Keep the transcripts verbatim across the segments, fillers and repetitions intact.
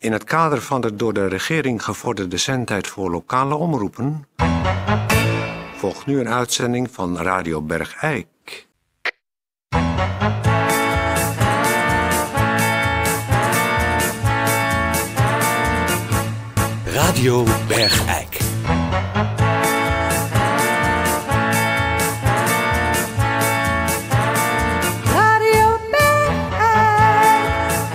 In het kader van de door de regering gevorderde zendtijd voor lokale omroepen volgt nu een uitzending van Radio Bergijk. Radio Bergijk. Radio Bergijk.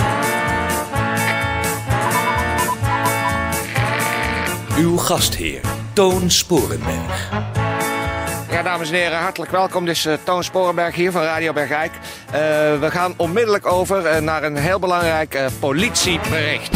Uw gastheer, Toon Sporenberg. Ja, dames en heren, hartelijk welkom. Dit is uh, Toon Sporenberg hier van Radio Bergijk. Uh, we gaan onmiddellijk over uh, naar een heel belangrijk uh, politiebericht.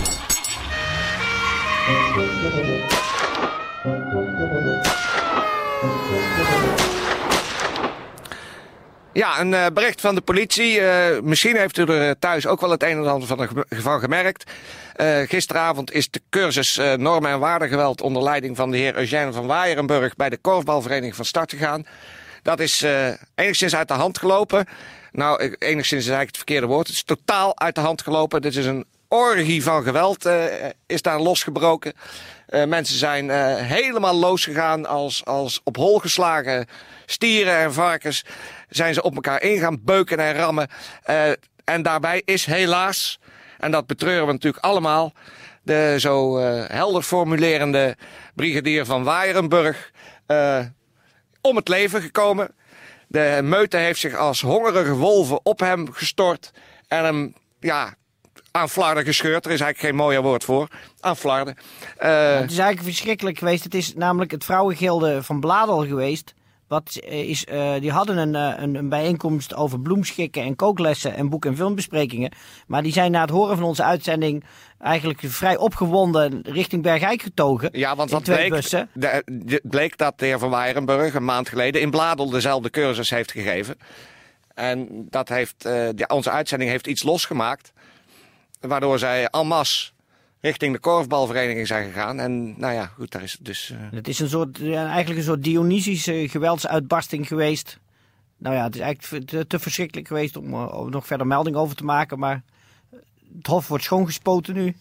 Ja, een uh, bericht van de politie. Uh, misschien heeft u er uh, thuis ook wel het een en ander van, van gemerkt. Uh, gisteravond is de cursus uh, normen en waardegeweld onder leiding van de heer Eugène van Waaijenburg bij de korfbalvereniging van start gegaan. Dat is uh, enigszins uit de hand gelopen. Nou, enigszins is eigenlijk het verkeerde woord. Het is totaal uit de hand gelopen. Dit is een orgie van geweld uh, is daar losgebroken. Uh, mensen zijn uh, helemaal losgegaan als, als op hol geslagen stieren en varkens. Zijn ze op elkaar in gaan beuken en rammen. Uh, en daarbij is helaas, en dat betreuren we natuurlijk allemaal, de zo uh, helder formulerende brigadier van Waaijenburg uh, om het leven gekomen. De meute heeft zich als hongerige wolven op hem gestort en hem, ja, aan flarden gescheurd. Er is eigenlijk geen mooier woord voor. Aan flarden. Uh, Het is eigenlijk verschrikkelijk geweest. Het is namelijk het vrouwengilde van Bladel geweest. Wat is, uh, die hadden een, een, een bijeenkomst over bloemschikken en kooklessen en boek- en filmbesprekingen. Maar die zijn na het horen van onze uitzending eigenlijk vrij opgewonden richting Bergijk getogen. Ja, want wat twee bleek, bussen. de, de, bleek dat de heer van Waaijenburg een maand geleden in Bladel dezelfde cursus heeft gegeven. En dat heeft, uh, die, onze uitzending heeft iets losgemaakt. Waardoor zij en masse richting de korfbalvereniging zijn gegaan. En nou ja, goed, daar is het dus... Uh... Het is een soort, ja, eigenlijk een soort Dionysische geweldsuitbarsting geweest. Nou ja, het is eigenlijk te, te verschrikkelijk geweest om uh, nog verder melding over te maken. Maar het hof wordt schoongespoten nu.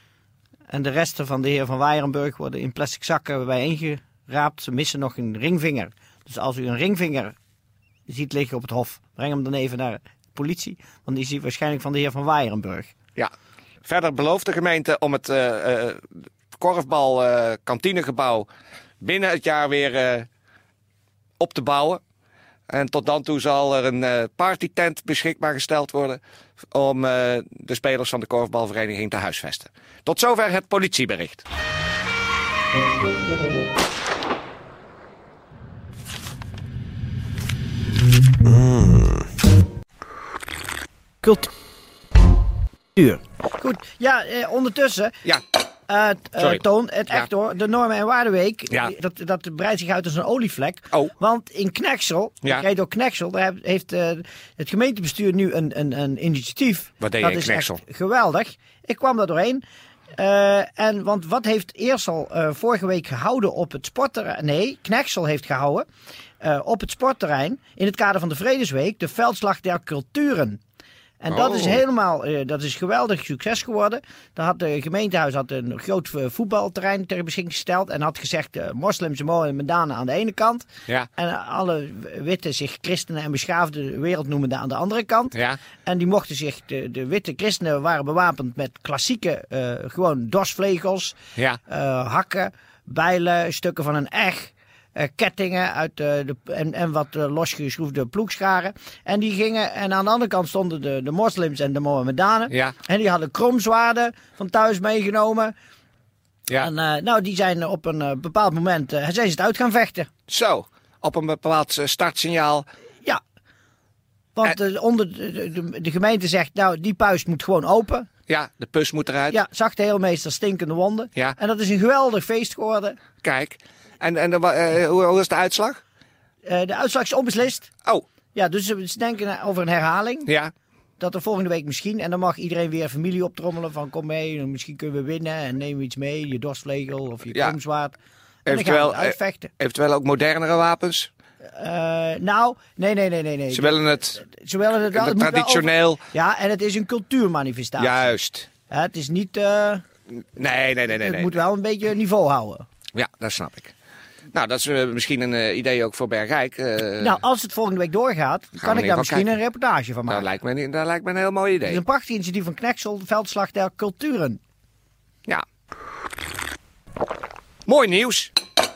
En de resten van de heer van Waaijenburg worden in plastic zakken bijeengeraapt. Ze missen nog een ringvinger. Dus als u een ringvinger ziet liggen op het hof, breng hem dan even naar de politie. Want die is hij waarschijnlijk van de heer van Waaijenburg. Ja, verder belooft de gemeente om het uh, uh, korfbal uh, kantinegebouw binnen het jaar weer uh, op te bouwen. En tot dan toe zal er een uh, partytent beschikbaar gesteld worden om uh, de spelers van de korfbalvereniging te huisvesten. Tot zover het politiebericht. Mm. Cultuur. Goed, ja, eh, ondertussen, Ja, uh, uh, Toon, het Ja. echt hoor, de Normen en Waardeweek, Ja. dat, dat breidt zich uit als een olievlek. Oh. Want in Knexel, Ja. ik reed door Knexel, daar heeft uh, het gemeentebestuur nu een, een, een initiatief. Wat deed je dat in is Knexel? echt geweldig. Ik kwam daar doorheen. Uh, en, want wat heeft Eersel uh, vorige week gehouden op het sportterrein? Nee, Knexel heeft gehouden uh, op het sportterrein in het kader van de Vredesweek de Veldslag der Culturen. En dat Oh. is helemaal, uh, dat is geweldig succes geworden. Daar had de gemeentehuis had een groot uh, voetbalterrein ter beschikking gesteld. En had gezegd, uh, moslims en Mohammedanen aan de ene kant. ja, En alle witte zich christenen en beschaafde wereld noemende aan de andere kant. ja. En die mochten zich, de, de witte christenen waren bewapend met klassieke, uh, gewoon dorsvlegels. Ja. Uh, hakken, bijlen, stukken van een eg. Uh, kettingen uit, uh, de, en, en wat uh, losgeschroefde ploegscharen. En die gingen, en aan de andere kant stonden de, de moslims en de Mohammedanen. Ja. En die hadden kromzwaarden van thuis meegenomen. Ja. En uh, nou, die zijn op een uh, bepaald moment, uh, zijn ze het uit gaan vechten. Zo, op een bepaald uh, startsignaal. Ja. Want uh, onder de, de, de gemeente zegt, nou, die puist moet gewoon open. Ja, de pus moet eruit. Ja, zachte heelmeester, stinkende wonden. Ja. En dat is een geweldig feest geworden. Kijk, en, en uh, hoe, hoe is de uitslag? Uh, de uitslag is onbeslist. Oh, Ja, dus ze denken over een herhaling. ja. Dat er volgende week misschien, en dan mag iedereen weer familie optrommelen van kom mee, misschien kunnen we winnen en neem iets mee, je dorsvlegel of je Ja. kromzwaard. En dan gaan we Eventueel, het uitvechten. eventueel ook modernere wapens. Uh, nou, nee, nee, nee, nee. nee. Ze willen het, Ze willen het wel. het Het moet wel traditioneel. over- Ja, en het is een cultuurmanifestatie. Juist. Ja, het is niet... Uh, nee, nee, nee. nee, nee. Het moet wel een beetje niveau houden. Ja, dat snap ik. Nou, dat is uh, misschien een uh, idee ook voor Bergijk. Uh, nou, als het volgende week doorgaat, kan ik daar misschien kijken. Een reportage van maken. Dat lijkt me, dat lijkt me een heel mooi idee. Het is een prachtig initiatief van Knexel, Veldslag der Culturen. Ja. Mooi nieuws.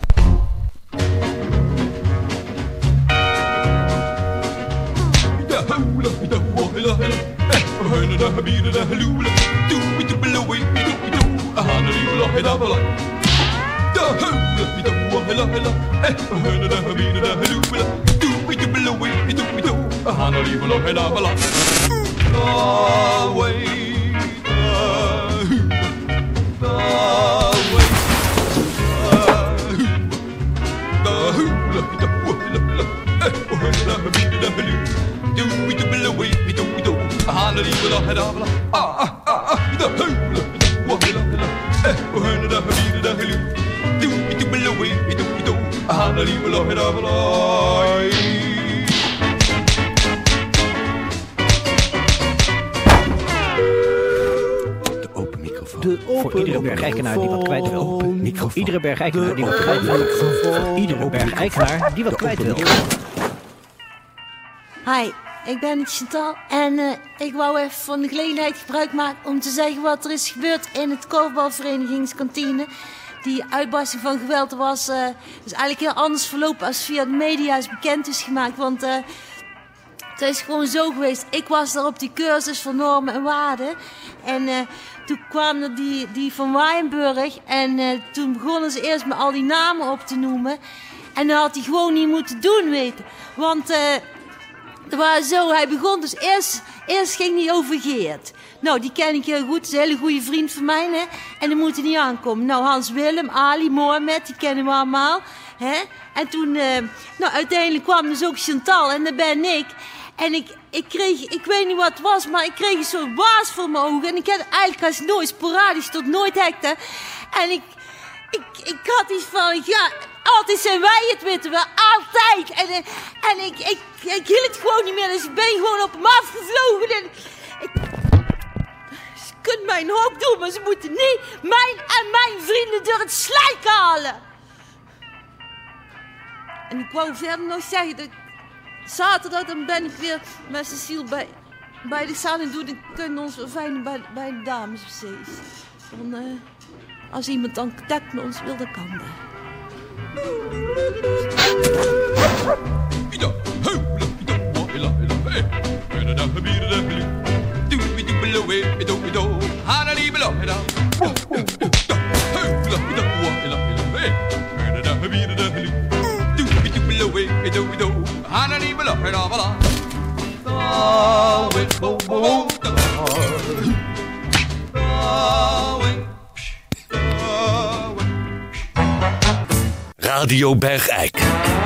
De open microfoon. De open Voor iedere bergijkenaar die wat kwijt wil. Microfoon. Iedere bergijkenaar die wat kwijt wil. Iedere bergijkenaar die wat kwijt wil. Hi, ik ben Chantal en uh, ik wou even van de gelegenheid gebruik maken om te zeggen wat er is gebeurd in het korfbalverenigingskantine. Die uitbarsting van geweld was uh, is eigenlijk heel anders verlopen als via de media is bekend is gemaakt. Want uh, het is gewoon zo geweest. Ik was daar op die cursus van normen en waarden. En uh, toen kwamen die, die van Waaienburg. En uh, toen begonnen ze eerst met al die namen op te noemen. En dat had hij gewoon niet moeten doen, weten. Want... Uh, Het was zo, hij begon dus eerst, eerst ging hij over Geert. Nou, die ken ik heel goed, dat is een hele goede vriend van mij, hè. En die moet er niet aankomen. Nou, Hans Willem, Ali, Mohamed, die kennen we allemaal, hè. En toen, uh, nou, uiteindelijk kwam dus ook Chantal en dat ben ik. En ik, ik kreeg, ik weet niet wat het was, maar ik kreeg een soort waas voor mijn ogen. En ik had eigenlijk als nooit sporadisch tot nooit hekte. En ik, ik, ik had iets van, ja... Altijd zijn wij het, weten we. Altijd. En, en ik, ik, ik hield het gewoon niet meer. Dus ik ben gewoon op hem afgevlogen. En ik, ze kunnen mij een hoop doen, maar ze moeten niet mijn en mijn vrienden door het slijk halen. En ik wou verder nog zeggen dat zaterdag dan ben ik weer met Cecile bij, bij de zaal en doe ik kunnen ons fijn bij, bij de dames of zoiets. Dan, uh, als iemand dan contact met ons wil, dan kan dat. Radio Bergijk.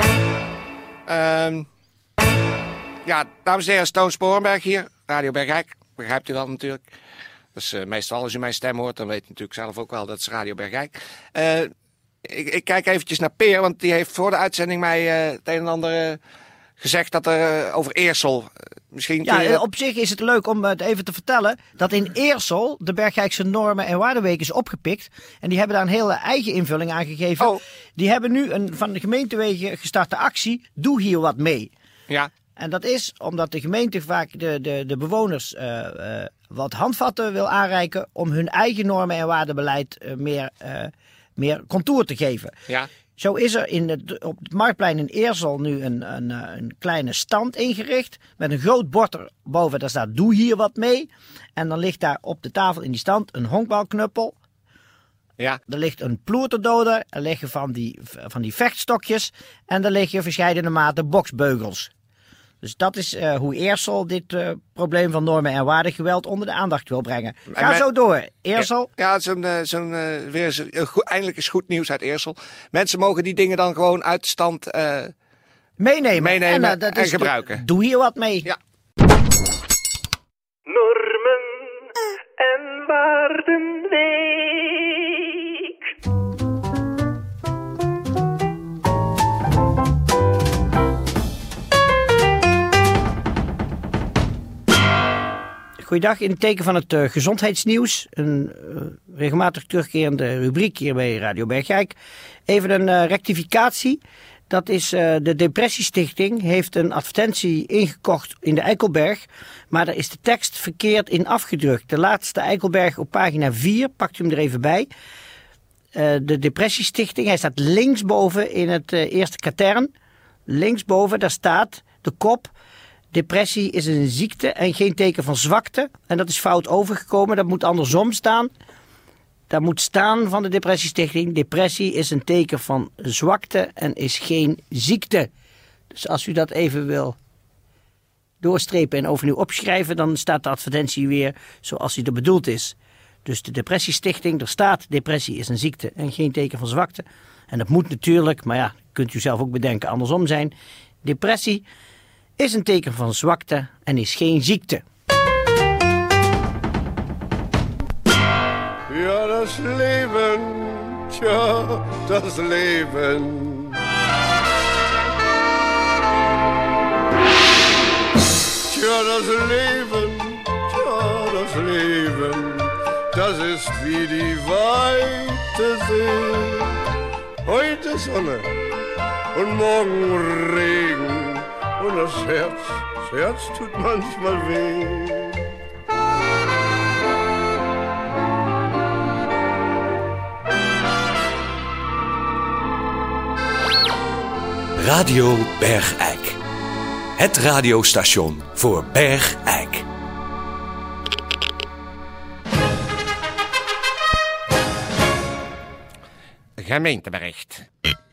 Um, ja, dames en heren, Toon Sporenberg hier. Radio Bergijk. Begrijpt u wel natuurlijk. Dus uh, meestal als u mijn stem hoort, dan weet u natuurlijk zelf ook wel dat het is Radio Bergijk. Uh, ik, ik kijk eventjes naar Peer, want die heeft voor de uitzending mij uh, het een en ander uh, gezegd dat er uh, over Eersel... Uh, misschien ja, dat... op zich is het leuk om het even te vertellen dat in Eersel de Bergijkse Normen en Waardenweek is opgepikt. En die hebben daar een hele eigen invulling aan gegeven. Oh. Die hebben nu een van de gemeentewegen gestarte actie, Doe hier wat mee. Ja. En dat is omdat de gemeente vaak de, de, de bewoners uh, uh, wat handvatten wil aanreiken om hun eigen normen en waardebeleid uh, meer, uh, meer contour te geven. Ja. Zo is er in het, op het Marktplein in Eersel nu een, een, een kleine stand ingericht. Met een groot bord erboven, daar staat Doe hier wat mee. En dan ligt daar op de tafel in die stand een honkbalknuppel. Ja. Er ligt een ploerterdoder, er liggen van die, van die vechtstokjes. En er liggen verschillende maten boksbeugels. Dus dat is uh, hoe Eersel dit uh, probleem van normen en waardegeweld onder de aandacht wil brengen. Ga men, zo door. Eersel. Ja, ja zo'n, uh, zo'n, uh, weer zo, uh, goed, eindelijk is goed nieuws uit Eersel. Mensen mogen die dingen dan gewoon uit de stand uh, meenemen, meenemen en, uh, dat en is gebruiken. De, doe hier wat mee. Ja. Normen en Waardenweek. Goeiedag, in het teken van het uh, gezondheidsnieuws. Een uh, regelmatig terugkerende rubriek hier bij Radio Bergijk. Even een uh, rectificatie. Dat is uh, de Depressiestichting heeft een advertentie ingekocht in de Eikelberg. Maar daar is de tekst verkeerd in afgedrukt. De laatste Eikelberg op pagina vier, pakt u hem er even bij. Uh, de Depressiestichting, hij staat linksboven in het uh, eerste katern. Linksboven, daar staat de kop. Depressie is een ziekte en geen teken van zwakte. En dat is fout overgekomen, dat moet andersom staan. Daar moet staan van de Depressiestichting: depressie is een teken van zwakte en is geen ziekte. Dus als u dat even wil doorstrepen en overnieuw opschrijven, dan staat de advertentie weer zoals die er bedoeld is. Dus de Depressiestichting, er staat: depressie is een ziekte en geen teken van zwakte. En dat moet natuurlijk, maar ja, kunt u zelf ook bedenken, andersom zijn. Depressie is een teken van zwakte en is geen ziekte. Ja, das Leben, tja, das Leben. Tja, das Leben, tja, das Leben. Das ist wie die weite See. Heute Sonne und morgen Regen. Und das Herz, das Herz tut manchmal weh. Radio Bergijk. Het radiostation voor Bergijk. Gemeentebericht.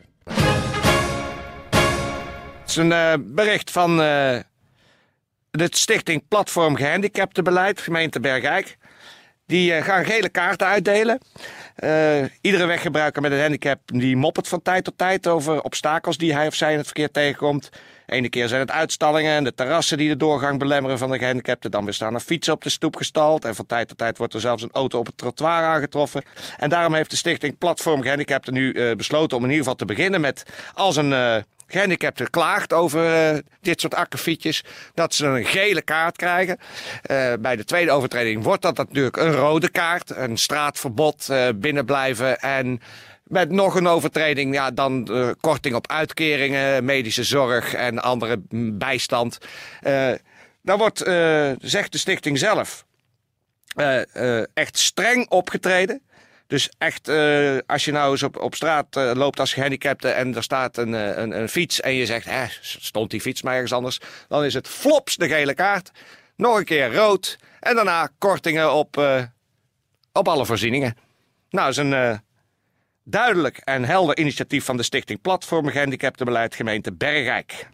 Het is een uh, bericht van uh, de stichting Platform Gehandicaptenbeleid, gemeente Bergijk. Die uh, gaan gele kaarten uitdelen. Uh, iedere weggebruiker met een handicap die moppert van tijd tot tijd over obstakels die hij of zij in het verkeer tegenkomt. Ene keer zijn het uitstallingen en de terrassen die de doorgang belemmeren van de gehandicapten. Dan weer staan er fietsen op de stoep gestald. En van tijd tot tijd wordt er zelfs een auto op het trottoir aangetroffen. En daarom heeft de stichting Platform Gehandicapten nu uh, besloten om in ieder geval te beginnen met, als een uh, gehandicapte klaagt over uh, dit soort akkefietjes, dat ze een gele kaart krijgen. Uh, bij de tweede overtreding wordt dat natuurlijk een rode kaart. Een straatverbod, uh, binnenblijven en met nog een overtreding, ja, dan uh, korting op uitkeringen, medische zorg en andere bijstand. Uh, daar wordt, uh, zegt de stichting zelf, uh, uh, echt streng opgetreden. Dus echt, uh, als je nou eens op, op straat uh, loopt als gehandicapte en er staat een, een, een fiets en je zegt, hè, stond die fiets maar ergens anders, dan is het flops de gele kaart. Nog een keer rood en daarna kortingen op, uh, op alle voorzieningen. Nou, dat is een uh, duidelijk en helder initiatief van de stichting Platform Gehandicaptenbeleid gemeente Bergijk.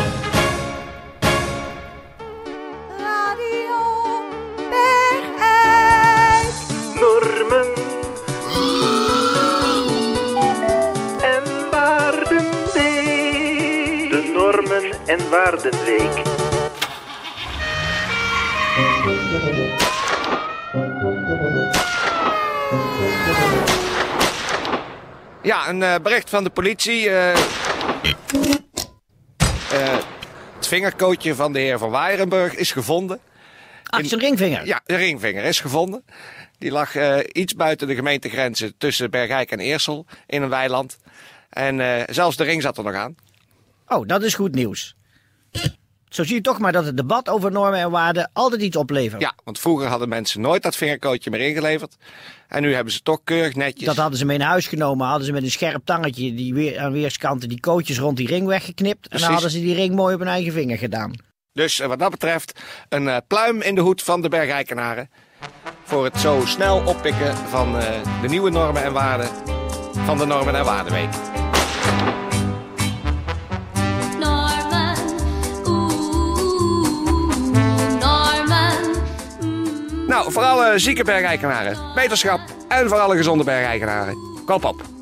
Radio Bergijk. Normen en Waardenweek. De Normen en Waardenweek. Ja, een uh, bericht van de politie. Uh, uh, het vingerkootje van de heer Van Weirenburg is gevonden. Ach, zijn ringvinger? Ja, de ringvinger is gevonden. Die lag uh, iets buiten de gemeentegrenzen tussen Bergijk en Eersel in een weiland. En uh, zelfs de ring zat er nog aan. Oh, dat is goed nieuws. Zo zie je toch maar dat het debat over normen en waarden altijd iets oplevert. Ja, want vroeger hadden mensen nooit dat vingerkootje meer ingeleverd. En nu hebben ze toch keurig netjes. Dat hadden ze mee naar huis genomen. Hadden ze met een scherp tangetje die weer, aan weerskanten die kootjes rond die ring weggeknipt. Precies. En dan hadden ze die ring mooi op hun eigen vinger gedaan. Dus wat dat betreft een uh, pluim in de hoed van de Bergijkenaren. Voor het zo snel oppikken van uh, de nieuwe normen en waarden van de Normen en Waardenweek. Normen, oeh, normen. Nou, voor alle zieke Bergijkenaren, beterschap en voor alle gezonde Bergijkenaren. Kop op.